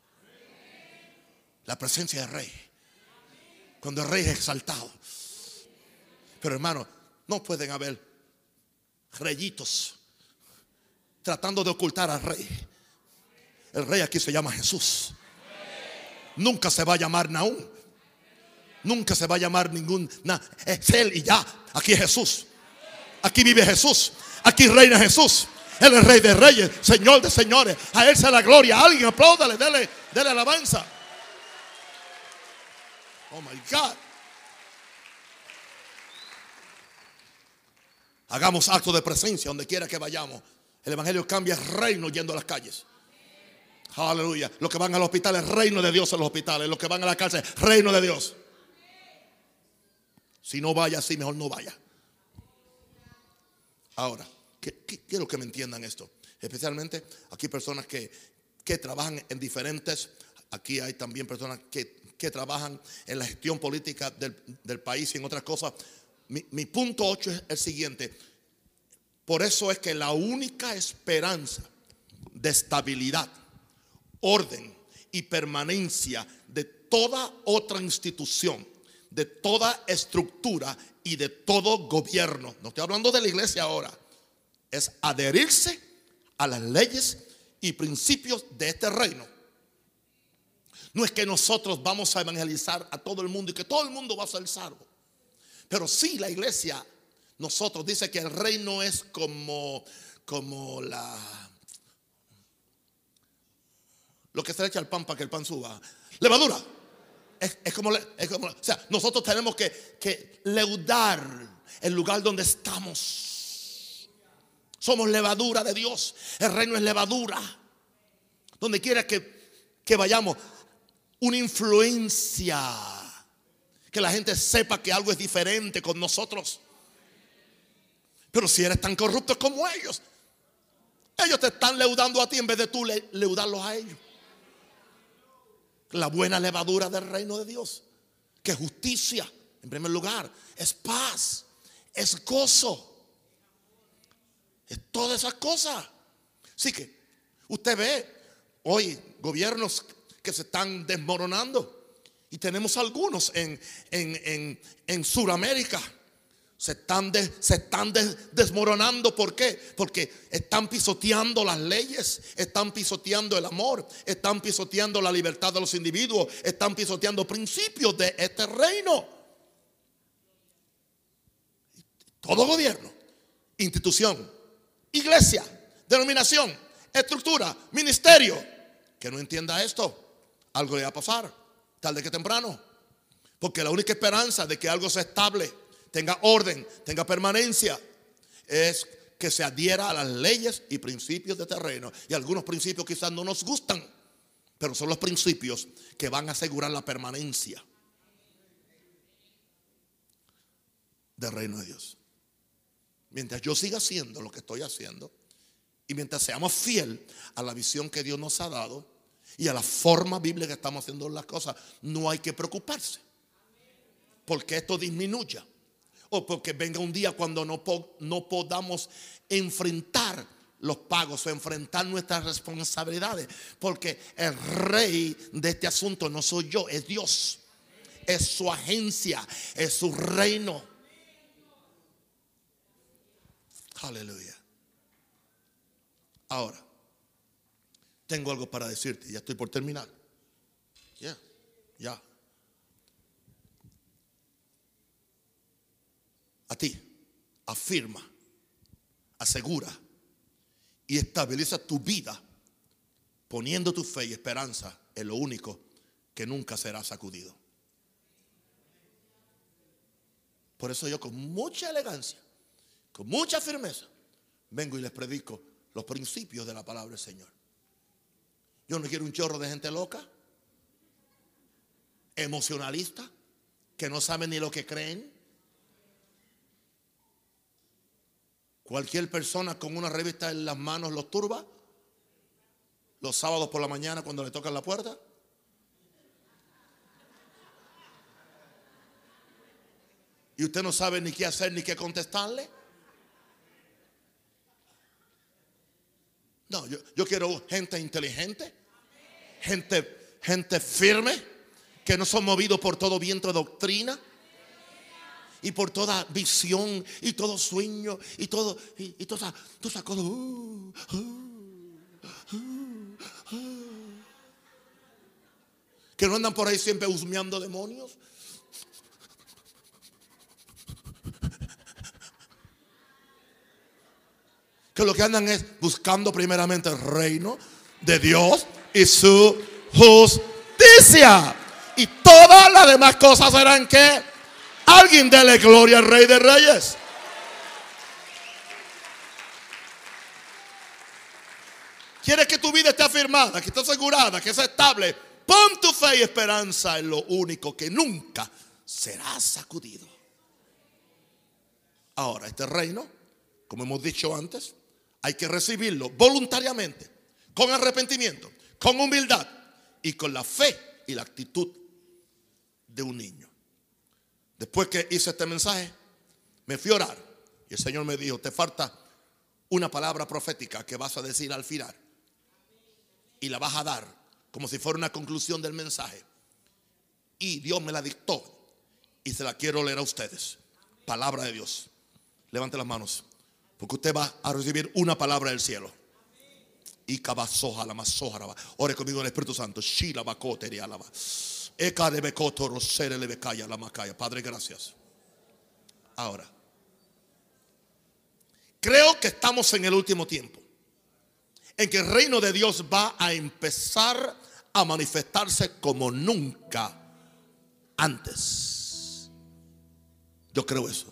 La presencia del rey. Cuando el rey es exaltado. Pero hermano, no pueden haber reyitos tratando de ocultar al rey. El rey aquí se llama Jesús. Nunca se va a llamar Naúm. Nunca se va a llamar ningún. Es él y ya. Aquí es Jesús. Aquí vive Jesús. Aquí reina Jesús. Él es rey de reyes, señor de señores. A él sea la gloria. Alguien apláudale, dele alabanza. Oh my God. Hagamos actos de presencia donde quiera que vayamos. El evangelio cambia reino yendo a las calles. Aleluya. Los que van al hospital, el reino de Dios en los hospitales. Los que van a la cárcel, reino de Dios. Si no vaya así, mejor no vaya. Ahora, quiero que me entiendan esto. Especialmente aquí personas que trabajan en diferentes. Aquí hay también personas que trabajan en la gestión política del país y en otras cosas. Mi punto 8 es el siguiente. Por eso es que la única esperanza de estabilidad, orden y permanencia de toda otra institución, de toda estructura y de todo gobierno, no estoy hablando de la iglesia ahora, es adherirse a las leyes y principios de este reino. No es que nosotros vamos a evangelizar a todo el mundo y que todo el mundo va a ser salvo. Pero sí, la iglesia, nosotros dice que el reino es como lo que se le echa al pan para que el pan suba. Levadura. Es como, o sea, nosotros tenemos que leudar el lugar donde estamos. Somos levadura de Dios. El reino es levadura. Donde quiera que vayamos, una influencia. Que la gente sepa que algo es diferente con nosotros. Pero si eres tan corrupto como ellos te están leudando a ti en vez de tú leudarlos a ellos. La buena levadura del reino de Dios, que es justicia, en primer lugar, es paz, es gozo, es todas esas cosas. Así que usted ve hoy gobiernos que se están desmoronando. Y tenemos algunos en Sudamérica. Se están desmoronando. ¿Por qué? Porque están pisoteando las leyes. Están pisoteando el amor. Están pisoteando la libertad de los individuos. Están pisoteando principios de este reino. Todo gobierno, institución, iglesia, denominación, estructura, ministerio, que no entienda esto, algo le va a pasar. Tarde que temprano. Porque la única esperanza de que algo sea estable, tenga orden, tenga permanencia, es que se adhiera a las leyes y principios de terreno. Y algunos principios quizás no nos gustan, pero son los principios que van a asegurar la permanencia del reino de Dios. Mientras yo siga haciendo lo que estoy haciendo y mientras seamos fieles a la visión que Dios nos ha dado y a la forma bíblica que estamos haciendo las cosas, no hay que preocuparse porque esto disminuya o porque venga un día cuando no podamos enfrentar los pagos o enfrentar nuestras responsabilidades, porque el rey de este asunto no soy yo, es Dios, es su agencia, es su reino. Aleluya. Ahora tengo algo para decirte, ya estoy por terminar. Ya. a ti, afirma, asegura y estabiliza tu vida poniendo tu fe y esperanza en lo único que nunca será sacudido. Por eso yo con mucha elegancia, con mucha firmeza, vengo y les predico los principios de la palabra del Señor. Yo no quiero un chorro de gente loca, emocionalista, que no saben ni lo que creen. Cualquier persona con una revista en las manos los turba los sábados por la mañana cuando le tocan la puerta. Y usted no sabe ni qué hacer ni qué contestarle. No, yo quiero gente inteligente, gente firme, que no son movidos por todo viento de doctrina y por toda visión y todo sueño y toda cosa. Que no andan por ahí siempre husmeando demonios. Que lo que andan es buscando primeramente el reino de Dios y su justicia. Y todas las demás cosas serán que alguien dele gloria al Rey de Reyes. ¿Quieres que tu vida esté afirmada, que esté asegurada, que sea estable? Pon tu fe y esperanza en lo único que nunca será sacudido. Ahora, este reino, como hemos dicho antes, hay que recibirlo voluntariamente, con arrepentimiento, con humildad y con la fe y la actitud de un niño. Después que hice este mensaje, me fui a orar y el Señor me dijo: te falta una palabra profética que vas a decir al final y la vas a dar como si fuera una conclusión del mensaje. Y Dios me la dictó y se la quiero leer a ustedes. Palabra de Dios. Levante las manos, porque usted va a recibir una palabra del cielo. Y cabasoja la masoja. Ore conmigo en el Espíritu Santo. Padre, gracias. Ahora, creo que estamos en el último tiempo en que el reino de Dios va a empezar a manifestarse como nunca antes. Yo creo eso.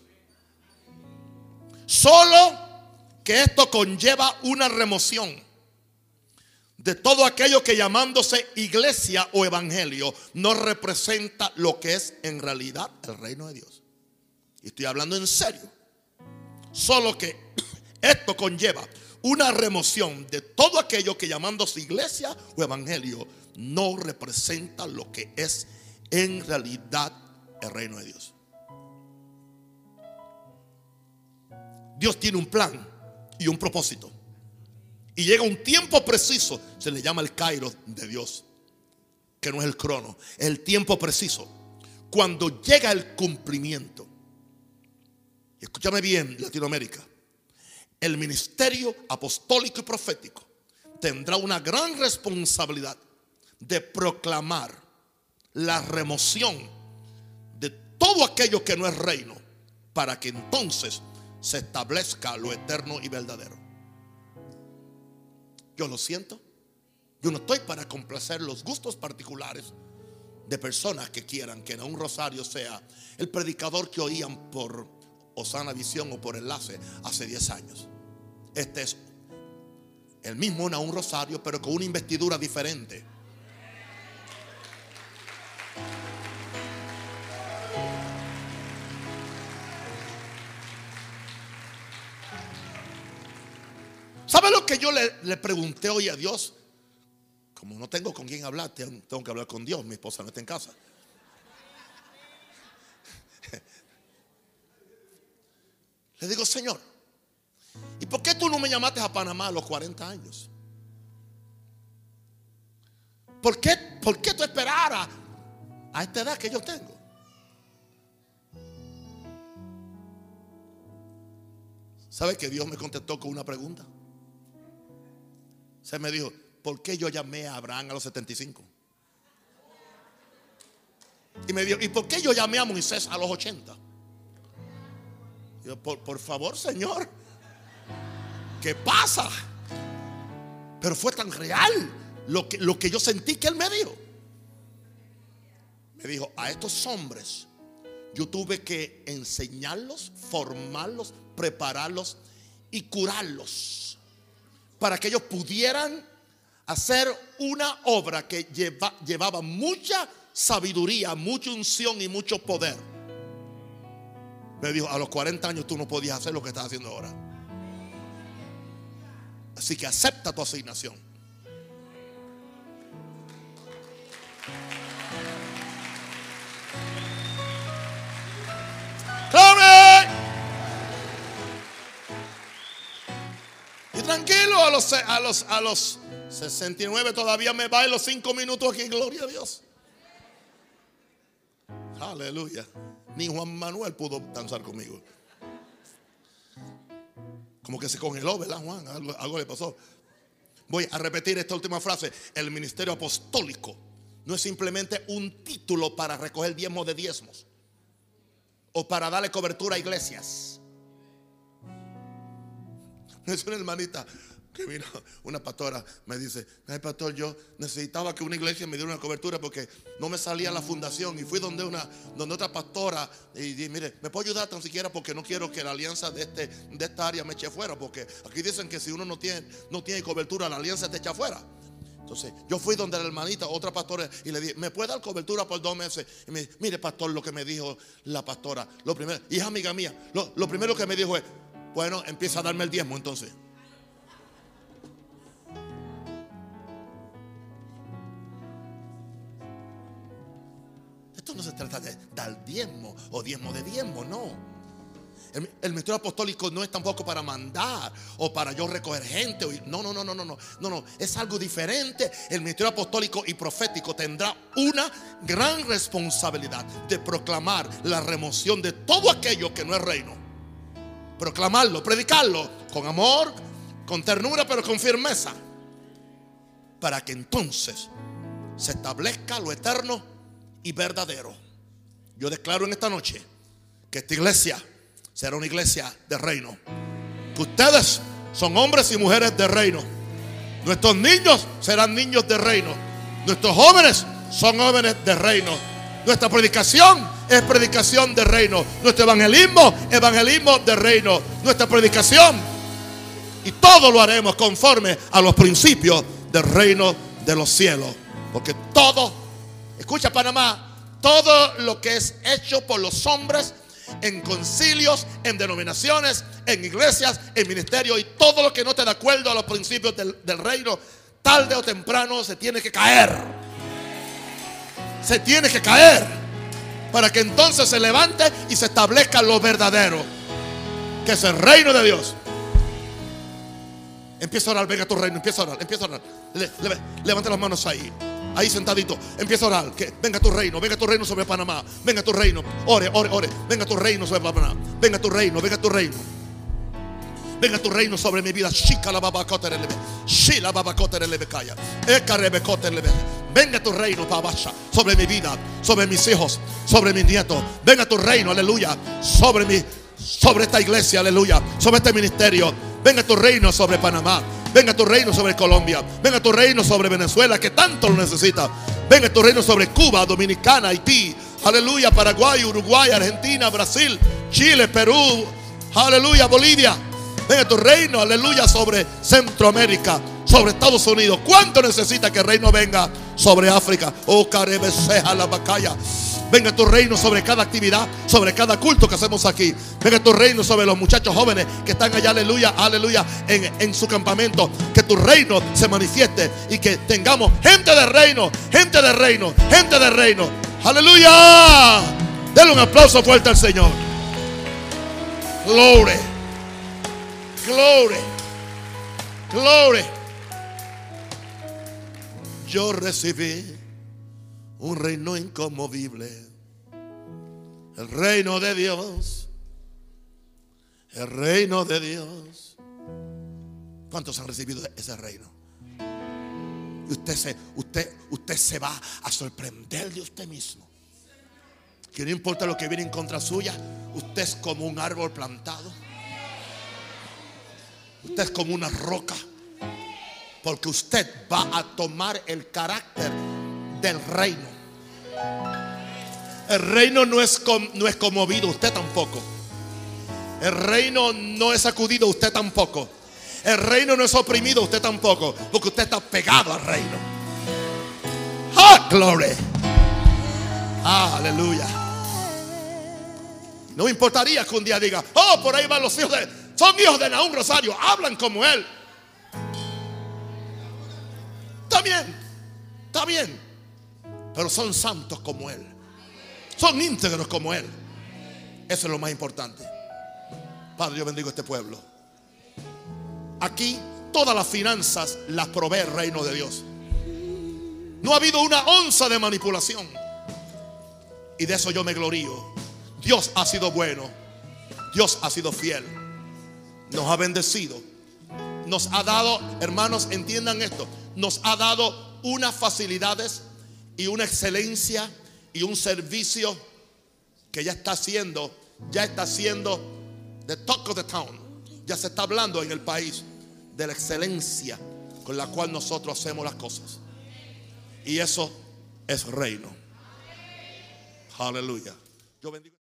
Solo que esto conlleva una remoción de todo aquello que llamándose iglesia o evangelio no representa lo que es en realidad el reino de Dios. Y estoy hablando en serio. Solo que esto conlleva una remoción de todo aquello que llamándose iglesia o evangelio no representa lo que es en realidad el reino de Dios. Dios tiene un plan y un propósito. Y llega un tiempo preciso, se le llama el kairos de Dios, que no es el crono, es el tiempo preciso, cuando llega el cumplimiento. Y escúchame bien, Latinoamérica, el ministerio apostólico y profético tendrá una gran responsabilidad de proclamar la remoción de todo aquello que no es reino, para que entonces se establezca lo eterno y verdadero. Yo lo siento. Yo no estoy para complacer los gustos particulares de personas que quieran que en un rosario sea el predicador que oían por Osana Visión o por Enlace hace 10 años. Este es el mismo en un rosario, pero con una investidura diferente. ¿Sabe lo que yo le pregunté hoy a Dios? Como no tengo con quién hablar, tengo que hablar con Dios. Mi esposa no está en casa. Le digo: Señor, ¿y por qué tú no me llamaste a Panamá a los 40 años? ¿Por qué tú esperaras a esta edad que yo tengo? ¿Sabe que Dios me contestó con una pregunta? Se me dijo: ¿por qué yo llamé a Abraham a los 75? Y me dijo: ¿y por qué yo llamé a Moisés a los 80? Yo, por favor, Señor, ¿qué pasa? Pero fue tan real lo que yo sentí que Él me dijo. Me dijo, a estos hombres yo tuve que enseñarlos, formarlos, prepararlos y curarlos para que ellos pudieran hacer una obra que llevaba mucha sabiduría, mucha unción y mucho poder. Me dijo, a los 40 años tú no podías hacer lo que estás haciendo ahora. Así que acepta tu asignación. ¡Glory! Y tranquilo, a los 69 todavía me bailo 5 minutos aquí. Gloria a Dios. Aleluya. Ni Juan Manuel pudo danzar conmigo. Como que se congeló, ¿verdad, Juan? Algo le pasó. Voy a repetir esta última frase. El ministerio apostólico no es simplemente un título para recoger diezmos de diezmos o para darle cobertura a iglesias. Es una hermanita que vino, una pastora, me dice: ay, pastor, yo necesitaba que una iglesia me diera una cobertura porque no me salía la fundación. Y fui donde otra pastora y dije: mire, ¿me puedo ayudar tan siquiera? Porque no quiero que la alianza de esta área me eche fuera. Porque aquí dicen que si uno no tiene cobertura, la alianza te echa fuera. Entonces yo fui donde la hermanita, otra pastora, y le dije: ¿me puede dar cobertura por 2 meses? Y me dice: mire, pastor, lo que me dijo la pastora, lo primero, hija amiga mía, lo primero que me dijo es: bueno, empieza a darme el diezmo entonces. Esto no se trata de dar diezmo o diezmo de diezmo, no. El ministerio apostólico no es tampoco para mandar o para yo recoger gente. No, es algo diferente. El ministerio apostólico y profético tendrá una gran responsabilidad de proclamar la remoción de todo aquello que no es reino. Proclamarlo, predicarlo con amor, con ternura, pero con firmeza, para que entonces se establezca lo eterno y verdadero. Yo declaro en esta noche que esta iglesia será una iglesia de reino, que ustedes son hombres y mujeres de reino. Nuestros niños serán niños de reino. Nuestros jóvenes son jóvenes de reino. Nuestra predicación es predicación de reino. Nuestro evangelismo de reino. Nuestra predicación, y todo lo haremos conforme a los principios del reino de los cielos. Porque todo, escucha Panamá, todo lo que es hecho por los hombres en concilios, en denominaciones, en iglesias, en ministerios, y todo lo que no esté de acuerdo a los principios del reino, tarde o temprano se tiene que caer. Se tiene que caer para que entonces se levante y se establezca lo verdadero, que es el reino de Dios. Empieza a orar, venga tu reino, empieza a orar. Levante las manos ahí sentadito, empieza a orar, que venga tu reino sobre Panamá, venga tu reino, ore, venga tu reino sobre Panamá, venga tu reino sobre mi vida. Venga tu reino, Pabasha, sobre mi vida, sobre mis hijos, sobre mis nietos. Venga tu reino, aleluya, sobre esta iglesia, aleluya, sobre este ministerio. Venga tu reino sobre Panamá. Venga tu reino sobre Colombia. Venga tu reino sobre Venezuela, que tanto lo necesita. Venga tu reino sobre Cuba, Dominicana, Haití, aleluya, Paraguay, Uruguay, Argentina, Brasil, Chile, Perú, aleluya, Bolivia. Venga tu reino, aleluya, sobre Centroamérica, sobre Estados Unidos. ¿Cuánto necesita que el reino venga sobre África? Oh, carebeseja la bacaya. Venga tu reino sobre cada actividad, sobre cada culto que hacemos aquí. Venga tu reino sobre los muchachos jóvenes que están allá, aleluya, en su campamento. Que tu reino se manifieste y que tengamos gente de reino. Aleluya. Denle un aplauso fuerte al Señor. Glory. Yo recibí un reino inconmovible, el reino de Dios, el reino de Dios. ¿Cuántos han recibido ese reino? Y usted se va a sorprender de usted mismo. que no importa lo que viene en contra suya, usted es como un árbol plantado. Usted es como una roca, porque usted va a tomar el carácter del reino. El reino no es conmovido, usted tampoco. El reino no es sacudido, usted tampoco. El reino no es oprimido, usted tampoco, porque usted está pegado al reino. ¡Ah, gloria! ¡Aleluya! No me importaría que un día diga: oh, por ahí van los hijos son hijos de Nahum Rosario, hablan como él. Está bien, pero son santos como él, son íntegros como él. Eso es lo más importante. Padre, yo bendigo este pueblo. Aquí todas las finanzas las provee el reino de Dios. No ha habido una onza de manipulación, y de eso yo me glorío. Dios ha sido bueno, Dios ha sido fiel, nos ha bendecido, nos ha dado, hermanos, entiendan esto, nos ha dado unas facilidades y una excelencia y un servicio que ya está haciendo the talk of the town. Ya se está hablando en el país de la excelencia con la cual nosotros hacemos las cosas, y eso es reino. Aleluya. Yo bendigo.